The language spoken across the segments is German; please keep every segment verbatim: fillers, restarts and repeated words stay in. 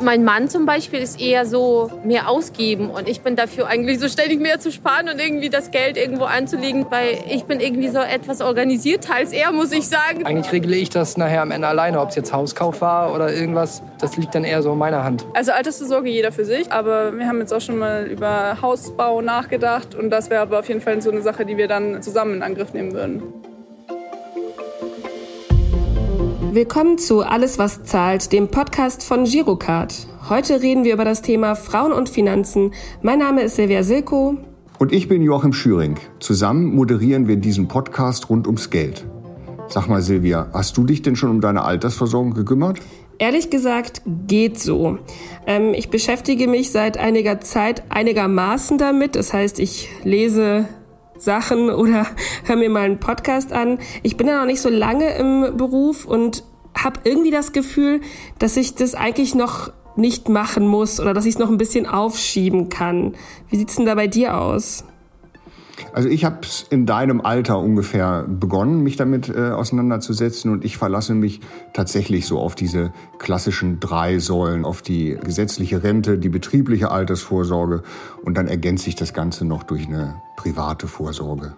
Mein Mann zum Beispiel ist eher so mehr ausgeben und ich bin dafür eigentlich so ständig mehr zu sparen und irgendwie das Geld irgendwo anzulegen, weil ich bin irgendwie so etwas organisierter als er, muss ich sagen. Eigentlich regle ich das nachher am Ende alleine, ob es jetzt Hauskauf war oder irgendwas. Das liegt dann eher so in meiner Hand. Also Altersvorsorge jeder für sich, aber wir haben jetzt auch schon mal über Hausbau nachgedacht und das wäre aber auf jeden Fall so eine Sache, die wir dann zusammen in Angriff nehmen würden. Willkommen zu Alles, was zahlt, dem Podcast von Girocard. Heute reden wir über das Thema Frauen und Finanzen. Mein Name ist Silvia Silko. Und ich bin Joachim Schüring. Zusammen moderieren wir diesen Podcast rund ums Geld. Sag mal, Silvia, hast du dich denn schon um deine Altersversorgung gekümmert? Ehrlich gesagt, geht so. Ähm, ich beschäftige mich seit einiger Zeit einigermaßen damit. Das heißt, ich lese Sachen oder höre mir mal einen Podcast an. Ich bin ja noch nicht so lange im Beruf und habe irgendwie das Gefühl, dass ich das eigentlich noch nicht machen muss oder dass ich es noch ein bisschen aufschieben kann. Wie sieht's denn da bei dir aus? Also ich habe in deinem Alter ungefähr begonnen, mich damit äh, auseinanderzusetzen und ich verlasse mich tatsächlich so auf diese klassischen drei Säulen, auf die gesetzliche Rente, die betriebliche Altersvorsorge und dann ergänze ich das Ganze noch durch eine private Vorsorge.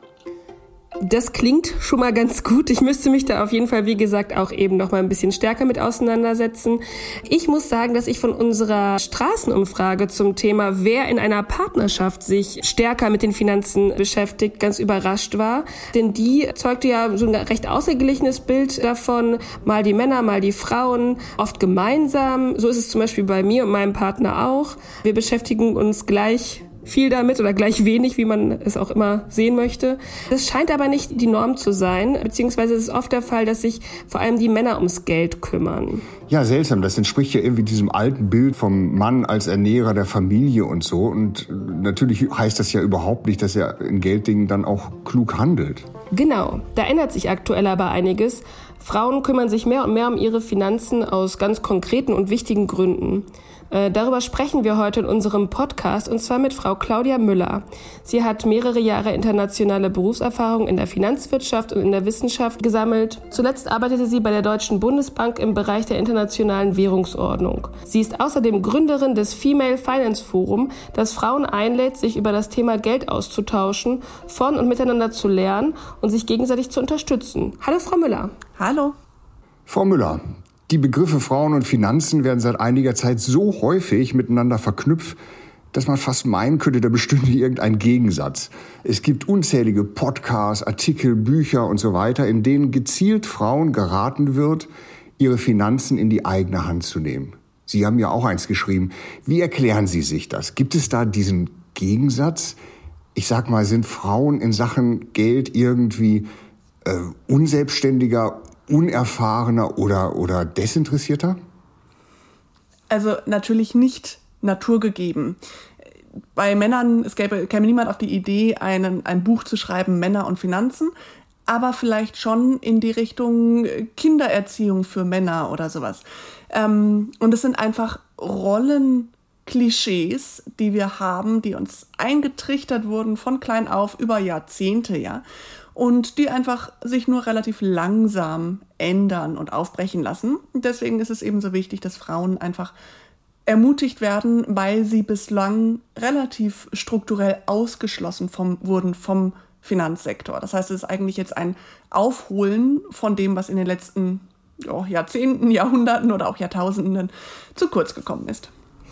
Das klingt schon mal ganz gut. Ich müsste mich da auf jeden Fall, wie gesagt, auch eben noch mal ein bisschen stärker mit auseinandersetzen. Ich muss sagen, dass ich von unserer Straßenumfrage zum Thema, wer in einer Partnerschaft sich stärker mit den Finanzen beschäftigt, ganz überrascht war. Denn die zeugte ja so ein recht ausgeglichenes Bild davon. Mal die Männer, mal die Frauen, oft gemeinsam. So ist es zum Beispiel bei mir und meinem Partner auch. Wir beschäftigen uns gleich viel damit oder gleich wenig, wie man es auch immer sehen möchte. Das scheint aber nicht die Norm zu sein, beziehungsweise es ist oft der Fall, dass sich vor allem die Männer ums Geld kümmern. Ja, seltsam. Das entspricht ja irgendwie diesem alten Bild vom Mann als Ernährer der Familie und so. Und natürlich heißt das ja überhaupt nicht, dass er in Gelddingen dann auch klug handelt. Genau, da ändert sich aktuell aber einiges. Frauen kümmern sich mehr und mehr um ihre Finanzen aus ganz konkreten und wichtigen Gründen. Äh, darüber sprechen wir heute in unserem Podcast und zwar mit Frau Claudia Müller. Sie hat mehrere Jahre internationale Berufserfahrung in der Finanzwirtschaft und in der Wissenschaft gesammelt. Zuletzt arbeitete sie bei der Deutschen Bundesbank im Bereich der internationalen Währungsordnung. Sie ist außerdem Gründerin des Female Finance Forum, das Frauen einlädt, sich über das Thema Geld auszutauschen, von und miteinander zu lernen und sich gegenseitig zu unterstützen. Hallo Frau Müller. Hallo. Frau Müller, die Begriffe Frauen und Finanzen werden seit einiger Zeit so häufig miteinander verknüpft, dass man fast meinen könnte, da bestünde irgendein Gegensatz. Es gibt unzählige Podcasts, Artikel, Bücher und so weiter, in denen gezielt Frauen geraten wird, ihre Finanzen in die eigene Hand zu nehmen. Sie haben ja auch eins geschrieben. Wie erklären Sie sich das? Gibt es da diesen Gegensatz? Ich sag mal, sind Frauen in Sachen Geld irgendwie äh, unselbstständiger, unerfahrener oder, oder desinteressierter? Also natürlich nicht naturgegeben. Bei Männern, es gäbe, käme niemand auf die Idee, einen, ein Buch zu schreiben, Männer und Finanzen, aber vielleicht schon in die Richtung Kindererziehung für Männer oder sowas. Ähm, und es sind einfach Rollenklischees, die wir haben, die uns eingetrichtert wurden von klein auf über Jahrzehnte, ja. Und die einfach sich nur relativ langsam ändern und aufbrechen lassen. Deswegen ist es eben so wichtig, dass Frauen einfach ermutigt werden, weil sie bislang relativ strukturell ausgeschlossen vom, wurden vom Finanzsektor. Das heißt, es ist eigentlich jetzt ein Aufholen von dem, was in den letzten oh, Jahrzehnten, Jahrhunderten oder auch Jahrtausenden zu kurz gekommen ist.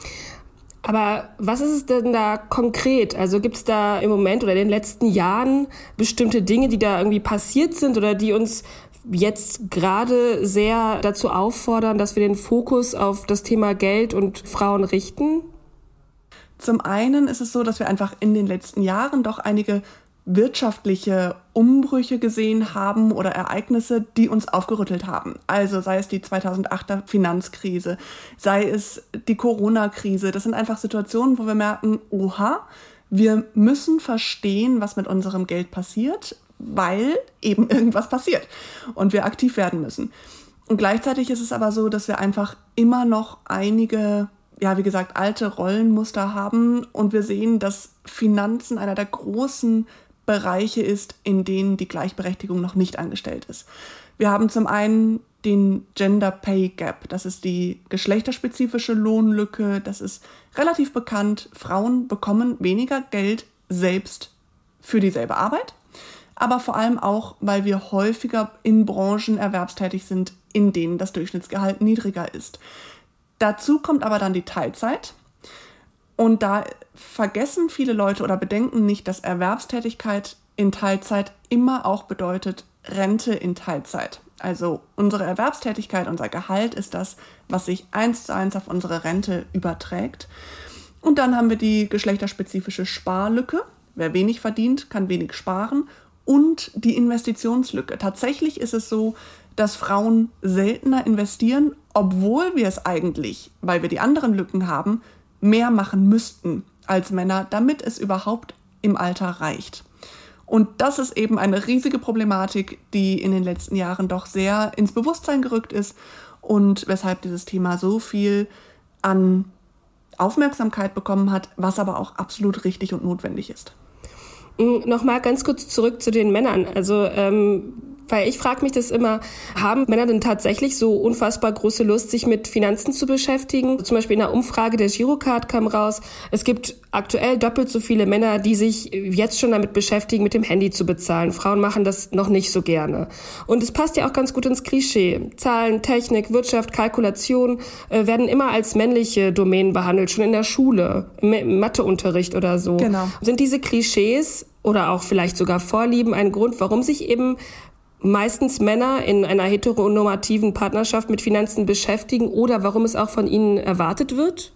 Aber was ist es denn da konkret? Also gibt es da im Moment oder in den letzten Jahren bestimmte Dinge, die da irgendwie passiert sind oder die uns jetzt gerade sehr dazu auffordern, dass wir den Fokus auf das Thema Geld und Frauen richten? Zum einen ist es so, dass wir einfach in den letzten Jahren doch einige wirtschaftliche Umbrüche gesehen haben oder Ereignisse, die uns aufgerüttelt haben. Also sei es die zweitausendachter Finanzkrise, sei es die Corona-Krise. Das sind einfach Situationen, wo wir merken, oha, wir müssen verstehen, was mit unserem Geld passiert, weil eben irgendwas passiert und wir aktiv werden müssen. Und gleichzeitig ist es aber so, dass wir einfach immer noch einige, ja, wie gesagt, alte Rollenmuster haben und wir sehen, dass Finanzen einer der großen Bereiche ist, in denen die Gleichberechtigung noch nicht angestellt ist. Wir haben zum einen den Gender Pay Gap. Das ist die geschlechterspezifische Lohnlücke. Das ist relativ bekannt. Frauen bekommen weniger Geld selbst für dieselbe Arbeit, aber vor allem auch, weil wir häufiger in Branchen erwerbstätig sind, in denen das Durchschnittsgehalt niedriger ist. Dazu kommt aber dann die Teilzeit. Und da vergessen viele Leute oder bedenken nicht, dass Erwerbstätigkeit in Teilzeit immer auch bedeutet Rente in Teilzeit. Also unsere Erwerbstätigkeit, unser Gehalt ist das, was sich eins zu eins auf unsere Rente überträgt. Und dann haben wir die geschlechterspezifische Sparlücke. Wer wenig verdient, kann wenig sparen. Und die Investitionslücke. Tatsächlich ist es so, dass Frauen seltener investieren, obwohl wir es eigentlich, weil wir die anderen Lücken haben, mehr machen müssten als Männer, damit es überhaupt im Alter reicht. Und das ist eben eine riesige Problematik, die in den letzten Jahren doch sehr ins Bewusstsein gerückt ist und weshalb dieses Thema so viel an Aufmerksamkeit bekommen hat, was aber auch absolut richtig und notwendig ist. Nochmal ganz kurz zurück zu den Männern. Also, ähm, weil ich frage mich das immer, haben Männer denn tatsächlich so unfassbar große Lust, sich mit Finanzen zu beschäftigen? Zum Beispiel in einer Umfrage der Girocard kam raus, es gibt aktuell doppelt so viele Männer, die sich jetzt schon damit beschäftigen, mit dem Handy zu bezahlen. Frauen machen das noch nicht so gerne. Und es passt ja auch ganz gut ins Klischee. Zahlen, Technik, Wirtschaft, Kalkulation äh, werden immer als männliche Domänen behandelt, schon in der Schule, im Matheunterricht oder so. Genau. Sind diese Klischees oder auch vielleicht sogar Vorlieben ein Grund, warum sich eben meistens Männer in einer heteronormativen Partnerschaft mit Finanzen beschäftigen oder warum es auch von ihnen erwartet wird?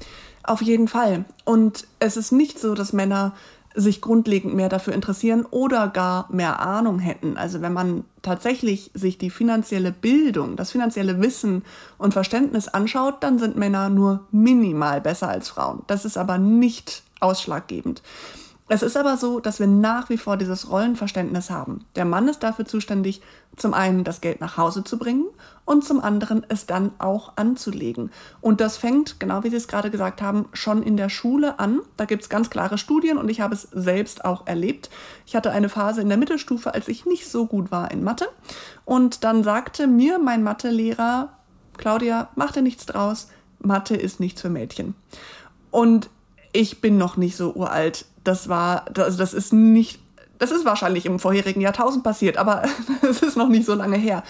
Auf jeden Fall. Und es ist nicht so, dass Männer sich grundlegend mehr dafür interessieren oder gar mehr Ahnung hätten. Also wenn man tatsächlich sich die finanzielle Bildung, das finanzielle Wissen und Verständnis anschaut, dann sind Männer nur minimal besser als Frauen. Das ist aber nicht ausschlaggebend. Es ist aber so, dass wir nach wie vor dieses Rollenverständnis haben. Der Mann ist dafür zuständig, zum einen das Geld nach Hause zu bringen und zum anderen es dann auch anzulegen. Und das fängt, genau wie Sie es gerade gesagt haben, schon in der Schule an. Da gibt es ganz klare Studien und ich habe es selbst auch erlebt. Ich hatte eine Phase in der Mittelstufe, als ich nicht so gut war in Mathe. Und dann sagte mir mein Mathelehrer, Claudia, mach dir nichts draus, Mathe ist nichts für Mädchen. Und ich bin noch nicht so uralt. Das war, also das ist nicht, das ist wahrscheinlich im vorherigen Jahrtausend passiert, aber es ist noch nicht so lange her.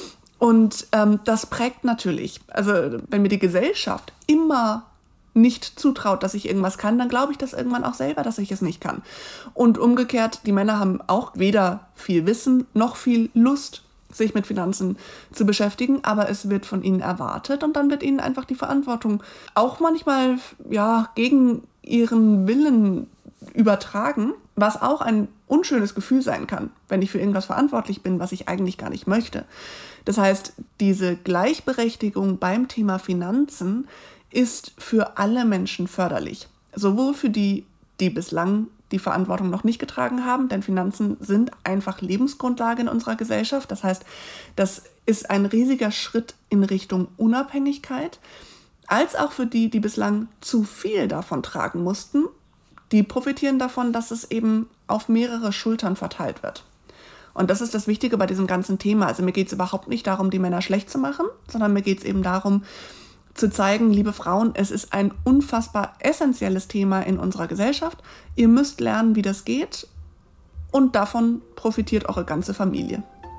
Und ähm, das prägt natürlich. Also wenn mir die Gesellschaft immer nicht zutraut, dass ich irgendwas kann, dann glaube ich das irgendwann auch selber, dass ich es nicht kann. Und umgekehrt, die Männer haben auch weder viel Wissen noch viel Lust, sich mit Finanzen zu beschäftigen, aber es wird von ihnen erwartet und dann wird ihnen einfach die Verantwortung auch manchmal ja gegen ihren Willen übertragen, was auch ein unschönes Gefühl sein kann, wenn ich für irgendwas verantwortlich bin, was ich eigentlich gar nicht möchte. Das heißt, diese Gleichberechtigung beim Thema Finanzen ist für alle Menschen förderlich. Sowohl für die, die bislang die Verantwortung noch nicht getragen haben, denn Finanzen sind einfach Lebensgrundlage in unserer Gesellschaft. Das heißt, das ist ein riesiger Schritt in Richtung Unabhängigkeit, als auch für die, die bislang zu viel davon tragen mussten. Die profitieren davon, dass es eben auf mehrere Schultern verteilt wird. Und das ist das Wichtige bei diesem ganzen Thema. Also mir geht es überhaupt nicht darum, die Männer schlecht zu machen, sondern mir geht es eben darum, zu zeigen, liebe Frauen, es ist ein unfassbar essentielles Thema in unserer Gesellschaft. Ihr müsst lernen, wie das geht und davon profitiert eure ganze Familie.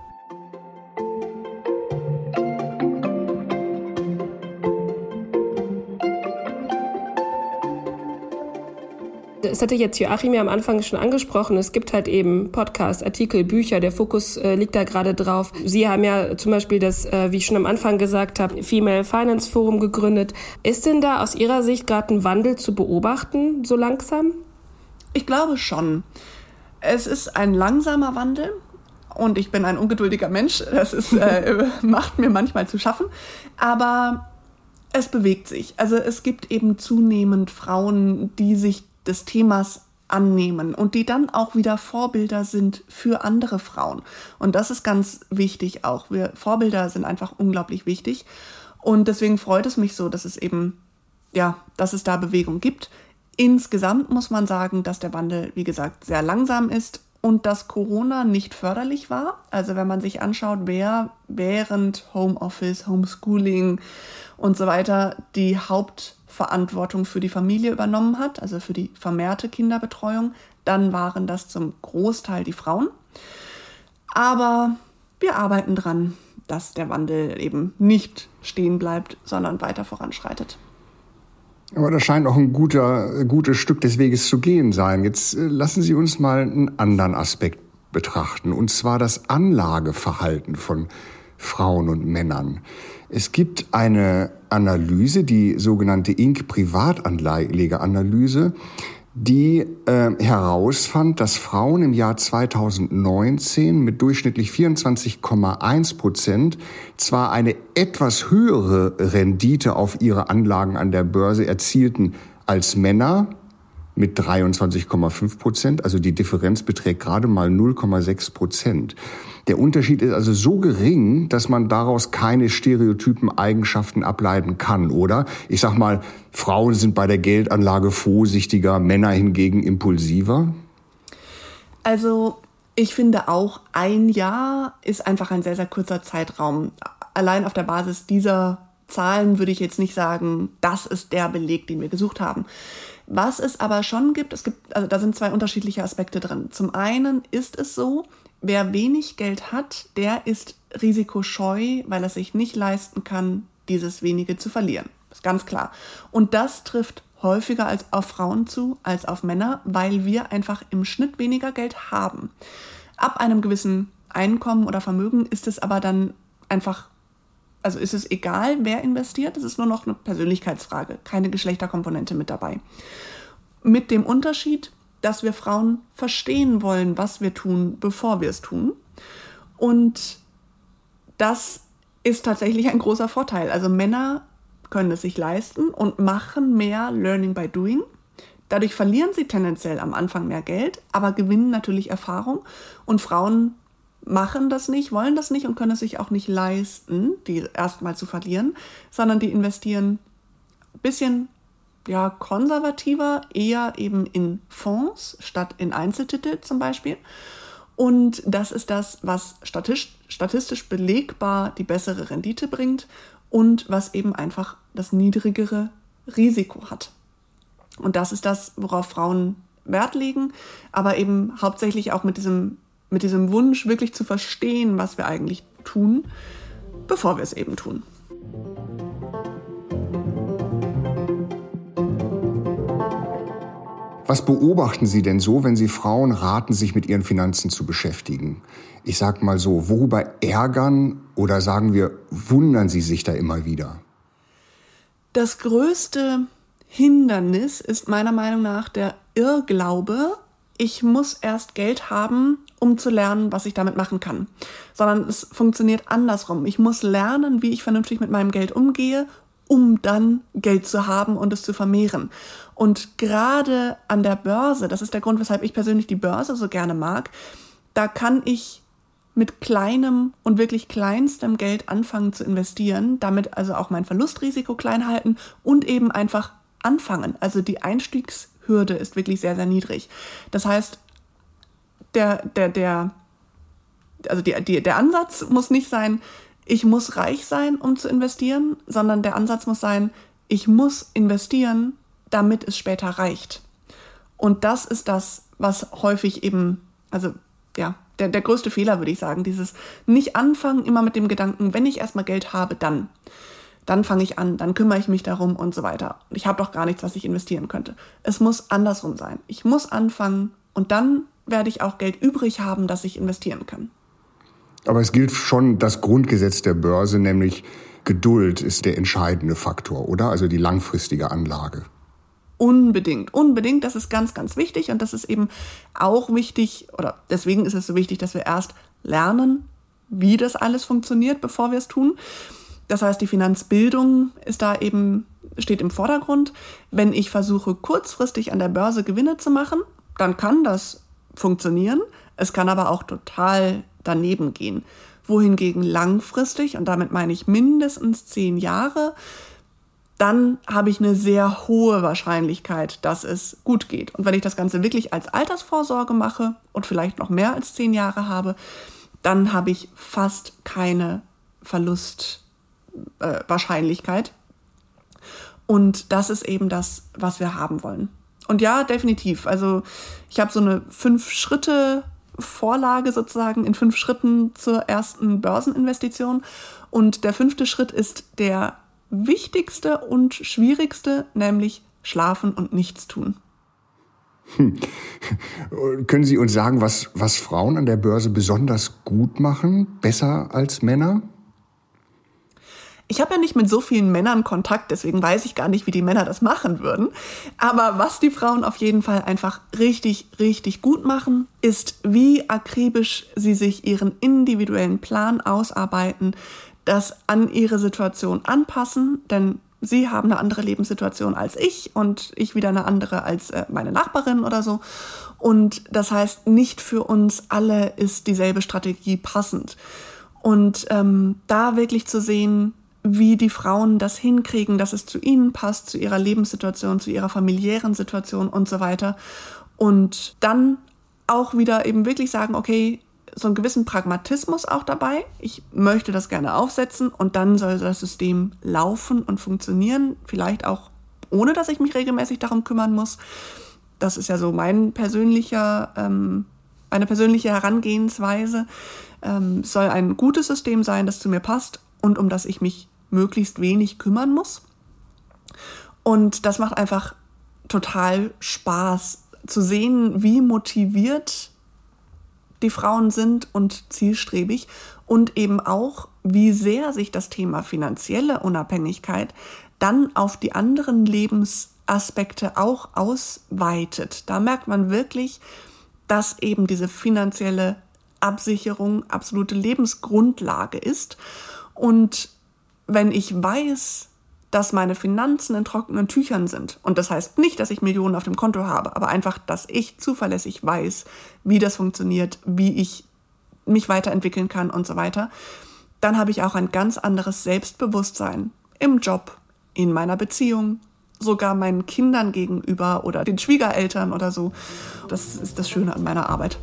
Das hatte jetzt Joachim ja am Anfang schon angesprochen. Es gibt halt eben Podcasts, Artikel, Bücher. Der Fokus äh, liegt da gerade drauf. Sie haben ja zum Beispiel das, äh, wie ich schon am Anfang gesagt habe, Female Finance Forum gegründet. Ist denn da aus Ihrer Sicht gerade ein Wandel zu beobachten, so langsam? Ich glaube schon. Es ist ein langsamer Wandel. Und ich bin ein ungeduldiger Mensch. Das ist, äh, macht mir manchmal zu schaffen. Aber es bewegt sich. Also es gibt eben zunehmend Frauen, die sich des Themas annehmen und die dann auch wieder Vorbilder sind für andere Frauen. Und das ist ganz wichtig auch. Wir Vorbilder sind einfach unglaublich wichtig. Und deswegen freut es mich so, dass es eben, ja, dass es da Bewegung gibt. Insgesamt muss man sagen, dass der Wandel, wie gesagt, sehr langsam ist und dass Corona nicht förderlich war. Also wenn man sich anschaut, wer während Homeoffice, Homeschooling und so weiter die Hauptverantwortung für die Familie übernommen hat, also für die vermehrte Kinderbetreuung, dann waren das zum Großteil die Frauen. Aber wir arbeiten dran, dass der Wandel eben nicht stehen bleibt, sondern weiter voranschreitet. Aber das scheint auch ein guter, gutes Stück des Weges zu gehen sein. Jetzt lassen Sie uns mal einen anderen Aspekt betrachten, und zwar das Anlageverhalten von Frauen und Männern. Es gibt eine Analyse, die sogenannte Inc. Privatanlegeranalyse, die äh, herausfand, dass Frauen im Jahr zweitausendneunzehn mit durchschnittlich vierundzwanzig Komma eins Prozent zwar eine etwas höhere Rendite auf ihre Anlagen an der Börse erzielten als Männer mit dreiundzwanzig Komma fünf Prozent, also die Differenz beträgt gerade mal null Komma sechs Prozent. Der Unterschied ist also so gering, dass man daraus keine stereotypen Eigenschaften ableiten kann, oder? Ich sag mal, Frauen sind bei der Geldanlage vorsichtiger, Männer hingegen impulsiver? Also ich finde auch, ein Jahr ist einfach ein sehr, sehr kurzer Zeitraum. Allein auf der Basis dieser Zahlen würde ich jetzt nicht sagen, das ist der Beleg, den wir gesucht haben. Was es aber schon gibt, es gibt, also da sind zwei unterschiedliche Aspekte drin. Zum einen ist es so, wer wenig Geld hat, der ist risikoscheu, weil er sich nicht leisten kann, dieses wenige zu verlieren. Das ist ganz klar. Und das trifft häufiger als auf Frauen zu, als auf Männer, weil wir einfach im Schnitt weniger Geld haben. Ab einem gewissen Einkommen oder Vermögen ist es aber dann einfach, also ist es egal, wer investiert, es ist nur noch eine Persönlichkeitsfrage, keine Geschlechterkomponente mit dabei. Mit dem Unterschied, dass wir Frauen verstehen wollen, was wir tun, bevor wir es tun. Und das ist tatsächlich ein großer Vorteil. Also Männer können es sich leisten und machen mehr Learning by Doing. Dadurch verlieren sie tendenziell am Anfang mehr Geld, aber gewinnen natürlich Erfahrung. Und Frauen machen das nicht, wollen das nicht und können es sich auch nicht leisten, die erstmal zu verlieren, sondern die investieren ein bisschen ja, konservativer, eher eben in Fonds statt in Einzeltitel zum Beispiel. Und das ist das, was statistisch, statistisch belegbar die bessere Rendite bringt und was eben einfach das niedrigere Risiko hat. Und das ist das, worauf Frauen Wert legen, aber eben hauptsächlich auch mit diesem, mit diesem Wunsch, wirklich zu verstehen, was wir eigentlich tun, bevor wir es eben tun. Was beobachten Sie denn so, wenn Sie Frauen raten, sich mit ihren Finanzen zu beschäftigen? Ich sag mal so, worüber ärgern oder sagen wir, wundern Sie sich da immer wieder? Das größte Hindernis ist meiner Meinung nach der Irrglaube, ich muss erst Geld haben, um zu lernen, was ich damit machen kann. Sondern es funktioniert andersrum. Ich muss lernen, wie ich vernünftig mit meinem Geld umgehe, um dann Geld zu haben und es zu vermehren. Und gerade an der Börse, das ist der Grund, weshalb ich persönlich die Börse so gerne mag, da kann ich mit kleinem und wirklich kleinstem Geld anfangen zu investieren, damit also auch mein Verlustrisiko klein halten und eben einfach anfangen. Also die Einstiegshürde ist wirklich sehr, sehr niedrig. Das heißt, der, der, der, also die, die, der Ansatz muss nicht sein, ich muss reich sein, um zu investieren, sondern der Ansatz muss sein, ich muss investieren, damit es später reicht. Und das ist das, was häufig eben, also ja, der, der größte Fehler, würde ich sagen, dieses nicht anfangen immer mit dem Gedanken, wenn ich erstmal Geld habe, dann. Dann fange ich an, dann kümmere ich mich darum und so weiter. Ich habe doch gar nichts, was ich investieren könnte. Es muss andersrum sein. Ich muss anfangen und dann werde ich auch Geld übrig haben, das ich investieren kann. Aber es gilt schon das Grundgesetz der Börse, nämlich Geduld ist der entscheidende Faktor, oder? Also die langfristige Anlage. Unbedingt, unbedingt. Das ist ganz, ganz wichtig. Und das ist eben auch wichtig, oder deswegen ist es so wichtig, dass wir erst lernen, wie das alles funktioniert, bevor wir es tun. Das heißt, die Finanzbildung ist da eben, steht im Vordergrund. Wenn ich versuche, kurzfristig an der Börse Gewinne zu machen, dann kann das funktionieren. Es kann aber auch total daneben gehen. Wohingegen langfristig, und damit meine ich mindestens zehn Jahre, dann habe ich eine sehr hohe Wahrscheinlichkeit, dass es gut geht. Und wenn ich das Ganze wirklich als Altersvorsorge mache und vielleicht noch mehr als zehn Jahre habe, dann habe ich fast keine Verlustwahrscheinlichkeit. Äh, und das ist eben das, was wir haben wollen. Und ja, definitiv. Also ich habe so eine Fünf-Schritte-Vorlage sozusagen in fünf Schritten zur ersten Börseninvestition. Und der fünfte Schritt ist der wichtigste und schwierigste, nämlich schlafen und nichts tun. Hm. Können Sie uns sagen, was, was Frauen an der Börse besonders gut machen, besser als Männer? Ich habe ja nicht mit so vielen Männern Kontakt, deswegen weiß ich gar nicht, wie die Männer das machen würden. Aber was die Frauen auf jeden Fall einfach richtig, richtig gut machen, ist, wie akribisch sie sich ihren individuellen Plan ausarbeiten, das an ihre Situation anpassen, denn sie haben eine andere Lebenssituation als ich und ich wieder eine andere als äh, meine Nachbarin oder so. Und das heißt, nicht für uns alle ist dieselbe Strategie passend. Und ähm, da wirklich zu sehen, wie die Frauen das hinkriegen, dass es zu ihnen passt, zu ihrer Lebenssituation, zu ihrer familiären Situation und so weiter. Und dann auch wieder eben wirklich sagen, okay, so einen gewissen Pragmatismus auch dabei. Ich möchte das gerne aufsetzen und dann soll das System laufen und funktionieren. Vielleicht auch ohne, dass ich mich regelmäßig darum kümmern muss. Das ist ja so mein persönlicher, ähm, eine persönliche Herangehensweise. Ähm, es soll ein gutes System sein, das zu mir passt und um das ich mich möglichst wenig kümmern muss. Und das macht einfach total Spaß zu sehen, wie motiviert die Frauen sind und zielstrebig und eben auch, wie sehr sich das Thema finanzielle Unabhängigkeit dann auf die anderen Lebensaspekte auch ausweitet. Da merkt man wirklich, dass eben diese finanzielle Absicherung absolute Lebensgrundlage ist. Und wenn ich weiß, dass meine Finanzen in trockenen Tüchern sind. Und das heißt nicht, dass ich Millionen auf dem Konto habe, aber einfach, dass ich zuverlässig weiß, wie das funktioniert, wie ich mich weiterentwickeln kann und so weiter. Dann habe ich auch ein ganz anderes Selbstbewusstsein im Job, in meiner Beziehung, sogar meinen Kindern gegenüber oder den Schwiegereltern oder so. Das ist das Schöne an meiner Arbeit.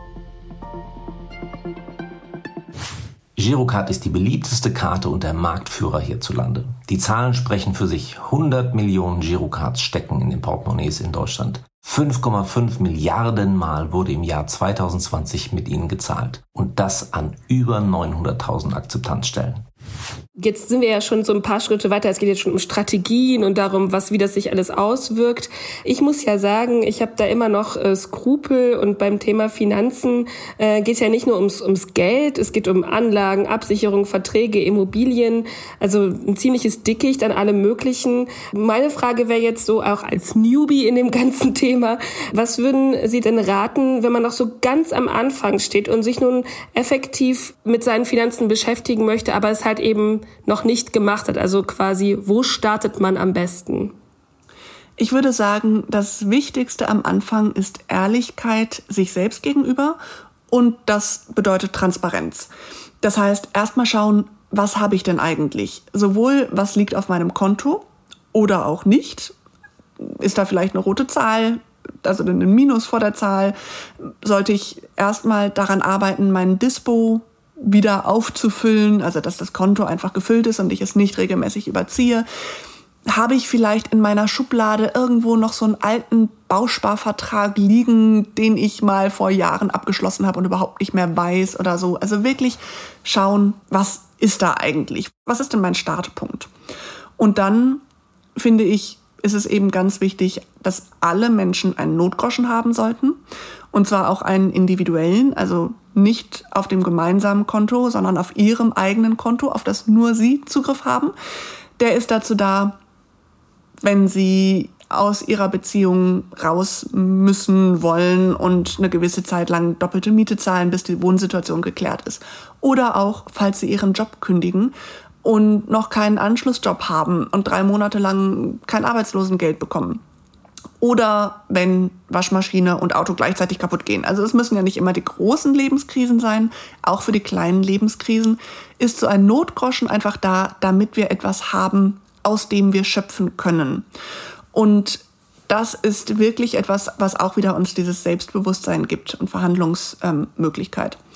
Girocard ist die beliebteste Karte und der Marktführer hierzulande. Die Zahlen sprechen für sich. hundert Millionen Girocards stecken in den Portemonnaies in Deutschland. fünf Komma fünf Milliarden Mal wurde im Jahr zwanzig zwanzig mit ihnen gezahlt. Und das an über neunhunderttausend Akzeptanzstellen. Jetzt sind wir ja schon so ein paar Schritte weiter. Es geht jetzt schon um Strategien und darum, was, wie das sich alles auswirkt. Ich muss ja sagen, ich habe da immer noch äh, Skrupel und beim Thema Finanzen äh, geht es ja nicht nur ums, ums Geld, es geht um Anlagen, Absicherung, Verträge, Immobilien, also ein ziemliches Dickicht an allem Möglichen. Meine Frage wäre jetzt so auch als Newbie in dem ganzen Thema, was würden Sie denn raten, wenn man noch so ganz am Anfang steht und sich nun effektiv mit seinen Finanzen beschäftigen möchte, aber es halt eben noch nicht gemacht hat. Also quasi, wo startet man am besten? Ich würde sagen, das Wichtigste am Anfang ist Ehrlichkeit sich selbst gegenüber und das bedeutet Transparenz. Das heißt, erstmal schauen, was habe ich denn eigentlich? Sowohl, was liegt auf meinem Konto oder auch nicht. Ist da vielleicht eine rote Zahl, also ein Minus vor der Zahl? Sollte ich erstmal daran arbeiten, meinen Dispo wieder aufzufüllen, also dass das Konto einfach gefüllt ist und ich es nicht regelmäßig überziehe? Habe ich vielleicht in meiner Schublade irgendwo noch so einen alten Bausparvertrag liegen, den ich mal vor Jahren abgeschlossen habe und überhaupt nicht mehr weiß oder so? Also wirklich schauen, was ist da eigentlich? Was ist denn mein Startpunkt? Und dann, finde ich, ist es eben ganz wichtig, dass alle Menschen einen Notgroschen haben sollten. Und zwar auch einen individuellen, also nicht auf dem gemeinsamen Konto, sondern auf ihrem eigenen Konto, auf das nur sie Zugriff haben. Der ist dazu da, wenn sie aus ihrer Beziehung raus müssen, wollen und eine gewisse Zeit lang doppelte Miete zahlen, bis die Wohnsituation geklärt ist. Oder auch, falls sie ihren Job kündigen und noch keinen Anschlussjob haben und drei Monate lang kein Arbeitslosengeld bekommen. Oder wenn Waschmaschine und Auto gleichzeitig kaputt gehen. Also es müssen ja nicht immer die großen Lebenskrisen sein. Auch für die kleinen Lebenskrisen ist so ein Notgroschen einfach da, damit wir etwas haben, aus dem wir schöpfen können. Und das ist wirklich etwas, was auch wieder uns dieses Selbstbewusstsein gibt und Verhandlungsmöglichkeit. Ähm,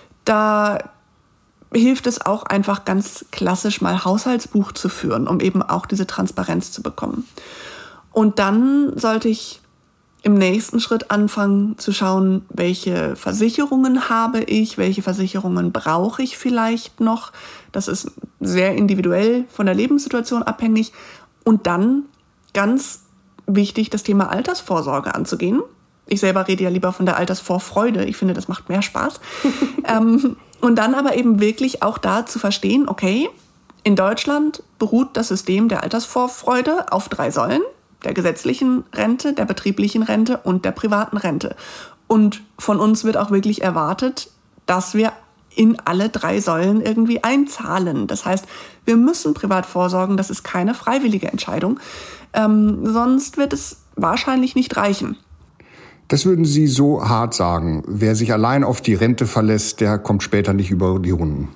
da hilft es auch einfach ganz klassisch mal Haushaltsbuch zu führen, um eben auch diese Transparenz zu bekommen. Und dann sollte ich im nächsten Schritt anfangen zu schauen, welche Versicherungen habe ich, welche Versicherungen brauche ich vielleicht noch. Das ist sehr individuell von der Lebenssituation abhängig. Und dann ganz wichtig, das Thema Altersvorsorge anzugehen. Ich selber rede ja lieber von der Altersvorfreude. Ich finde, das macht mehr Spaß. ähm, und dann aber eben wirklich auch da zu verstehen, okay, in Deutschland beruht das System der Altersvorfreude auf drei Säulen: der gesetzlichen Rente, der betrieblichen Rente und der privaten Rente. Und von uns wird auch wirklich erwartet, dass wir in alle drei Säulen irgendwie einzahlen. Das heißt, wir müssen privat vorsorgen, das ist keine freiwillige Entscheidung. Ähm, sonst wird es wahrscheinlich nicht reichen. Das würden Sie so hart sagen. Wer sich allein auf die Rente verlässt, der kommt später nicht über die Runden.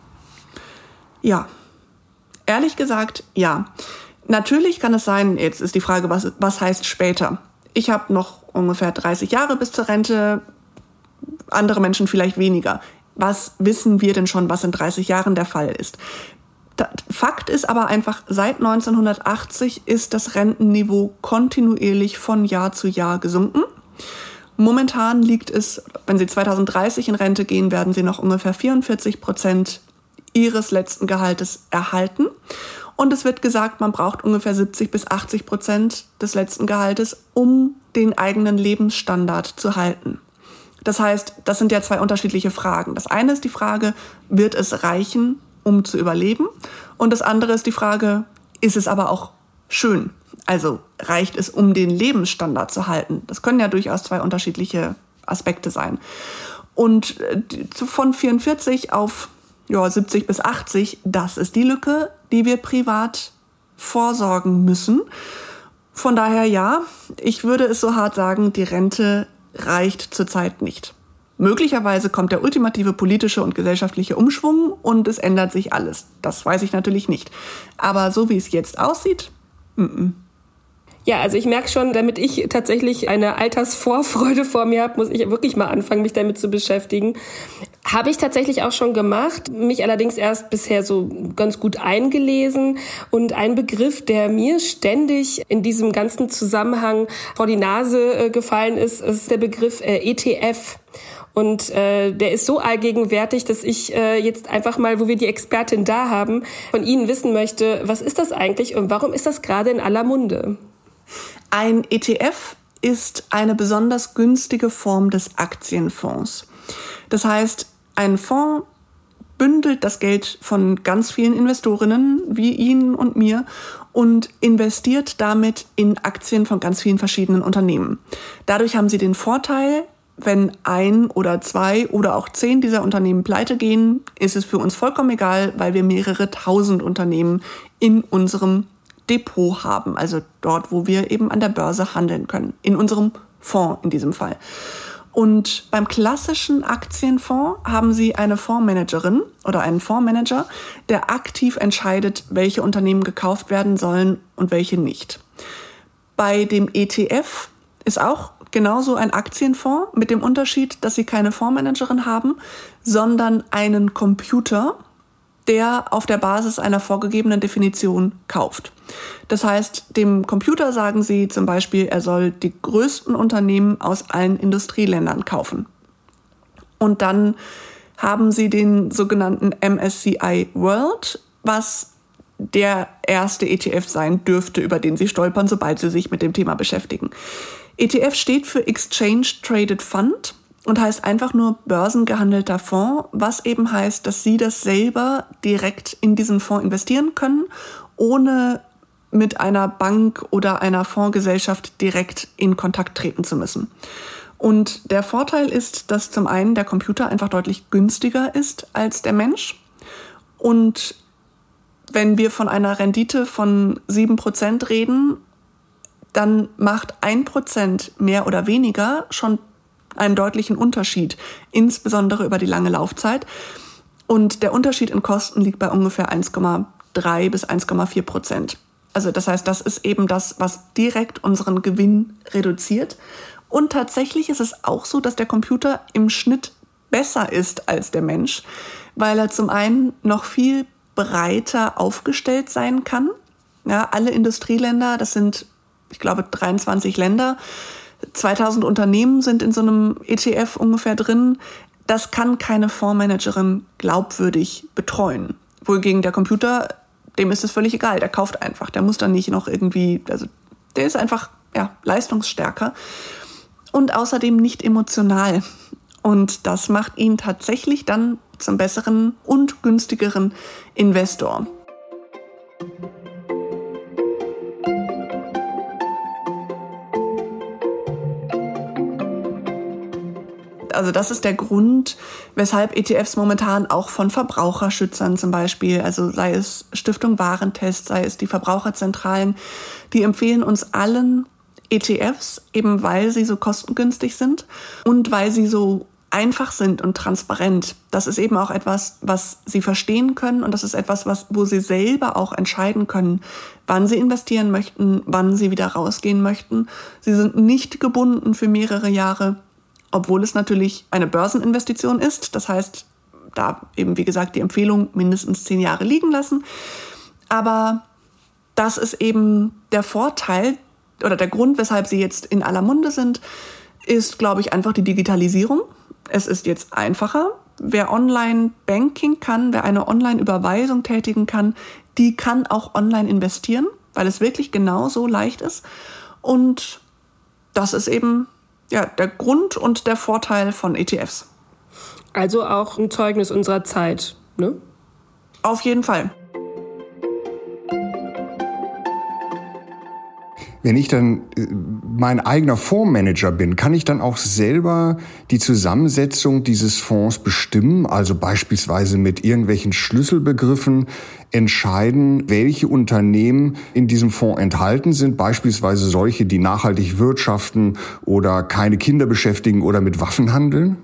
Ja, ehrlich gesagt, ja. Natürlich kann es sein, jetzt ist die Frage, was, was heißt später? Ich habe noch ungefähr dreißig Jahre bis zur Rente, andere Menschen vielleicht weniger. Was wissen wir denn schon, was in dreißig Jahren der Fall ist? Fakt ist aber einfach, seit neunzehnhundertachtzig ist das Rentenniveau kontinuierlich von Jahr zu Jahr gesunken. Momentan liegt es, wenn Sie zweitausenddreißig in Rente gehen, werden Sie noch ungefähr vierundvierzig Prozent Ihres letzten Gehaltes erhalten. Und es wird gesagt, man braucht ungefähr siebzig bis achtzig Prozent des letzten Gehaltes, um den eigenen Lebensstandard zu halten. Das heißt, das sind ja zwei unterschiedliche Fragen. Das eine ist die Frage, wird es reichen, um zu überleben? Und das andere ist die Frage, ist es aber auch schön? Also reicht es, um den Lebensstandard zu halten? Das können ja durchaus zwei unterschiedliche Aspekte sein. Und von vierundvierzig auf ja, siebzig bis achtzig, das ist die Lücke, die wir privat vorsorgen müssen. Von daher ja, ich würde es so hart sagen, die Rente reicht zurzeit nicht. Möglicherweise kommt der ultimative politische und gesellschaftliche Umschwung und es ändert sich alles. Das weiß ich natürlich nicht. Aber so wie es jetzt aussieht, m-m. Ja, also ich merke schon, damit ich tatsächlich eine Altersvorfreude vor mir habe, muss ich wirklich mal anfangen, mich damit zu beschäftigen. Habe ich tatsächlich auch schon gemacht, mich allerdings erst bisher so ganz gut eingelesen. Und ein Begriff, der mir ständig in diesem ganzen Zusammenhang vor die Nase äh, gefallen ist, ist der Begriff äh, E T F. Und äh, der ist so allgegenwärtig, dass ich äh, jetzt einfach mal, wo wir die Expertin da haben, von Ihnen wissen möchte, was ist das eigentlich und warum ist das gerade in aller Munde? Ein E T F ist eine besonders günstige Form des Aktienfonds. Das heißt, ein Fonds bündelt das Geld von ganz vielen Investorinnen, wie Ihnen und mir, und investiert damit in Aktien von ganz vielen verschiedenen Unternehmen. Dadurch haben Sie den Vorteil, wenn ein oder zwei oder auch zehn dieser Unternehmen pleite gehen, ist es für uns vollkommen egal, weil wir mehrere tausend Unternehmen in unserem Depot haben, also dort, wo wir eben an der Börse handeln können, in unserem Fonds in diesem Fall. Und beim klassischen Aktienfonds haben Sie eine Fondsmanagerin oder einen Fondsmanager, der aktiv entscheidet, welche Unternehmen gekauft werden sollen und welche nicht. Bei dem E T F ist auch genauso ein Aktienfonds mit dem Unterschied, dass Sie keine Fondsmanagerin haben, sondern einen Computer, der auf der Basis einer vorgegebenen Definition kauft. Das heißt, dem Computer sagen Sie zum Beispiel, er soll die größten Unternehmen aus allen Industrieländern kaufen. Und dann haben Sie den sogenannten M S C I World, was der erste E T F sein dürfte, über den Sie stolpern, sobald Sie sich mit dem Thema beschäftigen. E T F steht für Exchange Traded Fund und heißt einfach nur börsengehandelter Fonds, was eben heißt, dass Sie das selber direkt in diesen Fonds investieren können, ohne mit einer Bank oder einer Fondsgesellschaft direkt in Kontakt treten zu müssen. Und der Vorteil ist, dass zum einen der Computer einfach deutlich günstiger ist als der Mensch. Und wenn wir von einer Rendite von sieben Prozent reden, dann macht ein Prozent mehr oder weniger schon einen deutlichen Unterschied, insbesondere über die lange Laufzeit. Und der Unterschied in Kosten liegt bei ungefähr eins Komma drei bis eins Komma vier Prozent. Also das heißt, das ist eben das, was direkt unseren Gewinn reduziert. Und tatsächlich ist es auch so, dass der Computer im Schnitt besser ist als der Mensch, weil er zum einen noch viel breiter aufgestellt sein kann. Ja, alle Industrieländer, das sind, ich glaube, dreiundzwanzig Länder, zweitausend Unternehmen sind in so einem E T F ungefähr drin. Das kann keine Fondsmanagerin glaubwürdig betreuen. Wohingegen der Computer, dem ist es völlig egal, der kauft einfach. Der muss dann nicht noch irgendwie, also der ist einfach ja, leistungsstärker und außerdem nicht emotional. Und das macht ihn tatsächlich dann zum besseren und günstigeren Investor. Also das ist der Grund, weshalb E T Fs momentan auch von Verbraucherschützern zum Beispiel, also sei es Stiftung Warentest, sei es die Verbraucherzentralen, die empfehlen uns allen E T Fs, eben weil sie so kostengünstig sind und weil sie so einfach sind und transparent. Das ist eben auch etwas, was sie verstehen können und das ist etwas, was, wo sie selber auch entscheiden können, wann sie investieren möchten, wann sie wieder rausgehen möchten. Sie sind nicht gebunden für mehrere Jahre, obwohl es natürlich eine Börseninvestition ist. Das heißt, da eben, wie gesagt, die Empfehlung mindestens zehn Jahre liegen lassen. Aber das ist eben der Vorteil oder der Grund, weshalb sie jetzt in aller Munde sind, ist, glaube ich, einfach die Digitalisierung. Es ist jetzt einfacher. Wer Online-Banking kann, wer eine Online-Überweisung tätigen kann, die kann auch online investieren, weil es wirklich genauso leicht ist. Und das ist eben ja, der Grund und der Vorteil von E T Fs. Also auch ein Zeugnis unserer Zeit, ne? Auf jeden Fall. Wenn ich dann mein eigener Fondsmanager bin, kann ich dann auch selber die Zusammensetzung dieses Fonds bestimmen, also beispielsweise mit irgendwelchen Schlüsselbegriffen entscheiden, welche Unternehmen in diesem Fonds enthalten sind, beispielsweise solche, die nachhaltig wirtschaften oder keine Kinder beschäftigen oder mit Waffen handeln?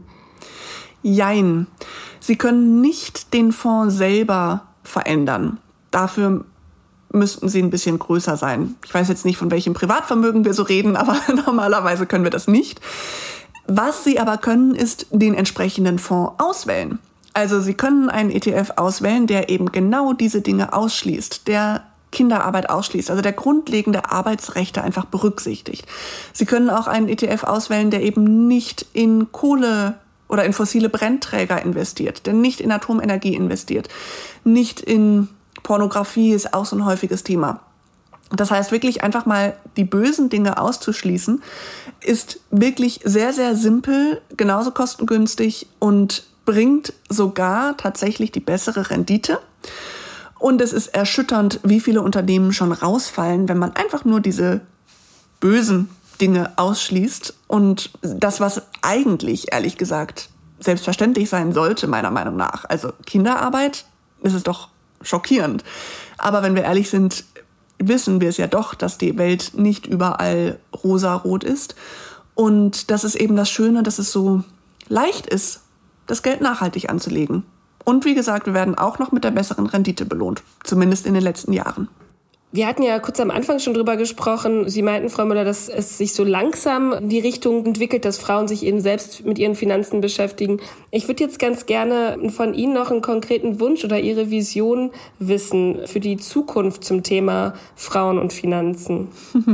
Jein. Sie können nicht den Fonds selber verändern. Dafür müssten sie ein bisschen größer sein. Ich weiß jetzt nicht, von welchem Privatvermögen wir so reden, aber normalerweise können wir das nicht. Was sie aber können, ist den entsprechenden Fonds auswählen. Also sie können einen E T F auswählen, der eben genau diese Dinge ausschließt, der Kinderarbeit ausschließt, also der grundlegende Arbeitsrechte einfach berücksichtigt. Sie können auch einen E T F auswählen, der eben nicht in Kohle oder in fossile Brennträger investiert, der nicht in Atomenergie investiert, nicht in Pornografie ist auch so ein häufiges Thema. Das heißt, wirklich einfach mal die bösen Dinge auszuschließen, ist wirklich sehr, sehr simpel, genauso kostengünstig und bringt sogar tatsächlich die bessere Rendite. Und es ist erschütternd, wie viele Unternehmen schon rausfallen, wenn man einfach nur diese bösen Dinge ausschließt. Und das, was eigentlich, ehrlich gesagt, selbstverständlich sein sollte, meiner Meinung nach. Also Kinderarbeit, ist es doch schockierend. Aber wenn wir ehrlich sind, wissen wir es ja doch, dass die Welt nicht überall rosarot ist. Und das ist eben das Schöne, dass es so leicht ist, das Geld nachhaltig anzulegen. Und wie gesagt, wir werden auch noch mit der besseren Rendite belohnt. Zumindest in den letzten Jahren. Wir hatten ja kurz am Anfang schon drüber gesprochen. Sie meinten, Frau Müller, dass es sich so langsam in die Richtung entwickelt, dass Frauen sich eben selbst mit ihren Finanzen beschäftigen. Ich würde jetzt ganz gerne von Ihnen noch einen konkreten Wunsch oder Ihre Vision wissen für die Zukunft zum Thema Frauen und Finanzen.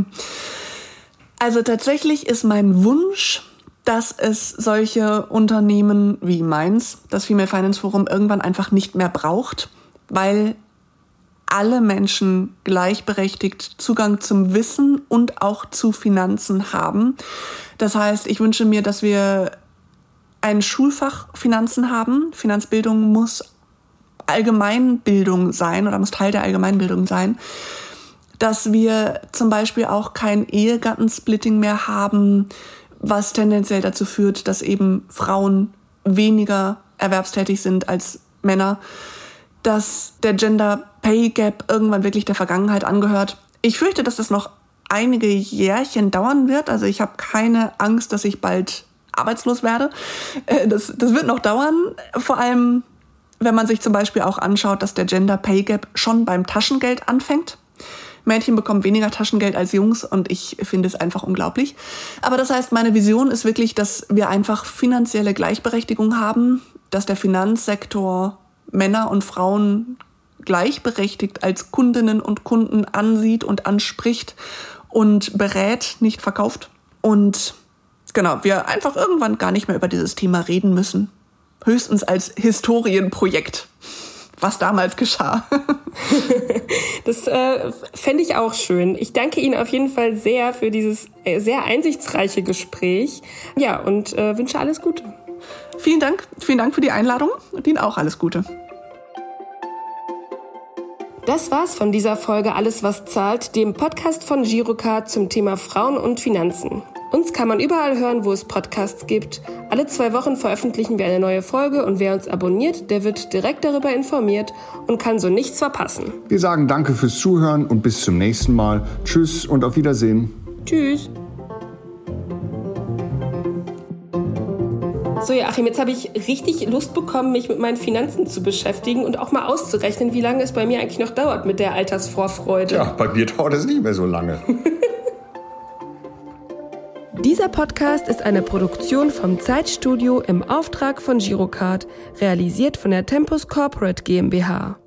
Also tatsächlich ist mein Wunsch, dass es solche Unternehmen wie meins, das Female Finance Forum, irgendwann einfach nicht mehr braucht, weil alle Menschen gleichberechtigt Zugang zum Wissen und auch zu Finanzen haben. Das heißt, ich wünsche mir, dass wir ein Schulfach Finanzen haben. Finanzbildung muss Allgemeinbildung sein oder muss Teil der Allgemeinbildung sein. Dass wir zum Beispiel auch kein Ehegattensplitting mehr haben, was tendenziell dazu führt, dass eben Frauen weniger erwerbstätig sind als Männer. Dass der Gender Pay Gap irgendwann wirklich der Vergangenheit angehört. Ich fürchte, dass das noch einige Jährchen dauern wird. Also ich habe keine Angst, dass ich bald arbeitslos werde. Das, das wird noch dauern. Vor allem, wenn man sich zum Beispiel auch anschaut, dass der Gender Pay Gap schon beim Taschengeld anfängt. Mädchen bekommen weniger Taschengeld als Jungs und ich finde es einfach unglaublich. Aber das heißt, meine Vision ist wirklich, dass wir einfach finanzielle Gleichberechtigung haben, dass der Finanzsektor Männer und Frauen gleichberechtigt als Kundinnen und Kunden ansieht und anspricht und berät, nicht verkauft. Und genau, wir einfach irgendwann gar nicht mehr über dieses Thema reden müssen. Höchstens als Historienprojekt, was damals geschah. Das äh, fände ich auch schön. Ich danke Ihnen auf jeden Fall sehr für dieses äh, sehr einsichtsreiche Gespräch. Ja, und äh, wünsche alles Gute. Vielen Dank. Vielen Dank für die Einladung und Ihnen auch alles Gute. Das war's von dieser Folge Alles, was zahlt, dem Podcast von Girocard zum Thema Frauen und Finanzen. Uns kann man überall hören, wo es Podcasts gibt. Alle zwei Wochen veröffentlichen wir eine neue Folge und wer uns abonniert, der wird direkt darüber informiert und kann so nichts verpassen. Wir sagen danke fürs Zuhören und bis zum nächsten Mal. Tschüss und auf Wiedersehen. Tschüss. So, Joachim, jetzt habe ich richtig Lust bekommen, mich mit meinen Finanzen zu beschäftigen und auch mal auszurechnen, wie lange es bei mir eigentlich noch dauert mit der Altersvorfreude. Ja, bei mir dauert es nicht mehr so lange. Dieser Podcast ist eine Produktion vom Zeitstudio im Auftrag von Girocard, realisiert von der Tempus Corporate GmbH.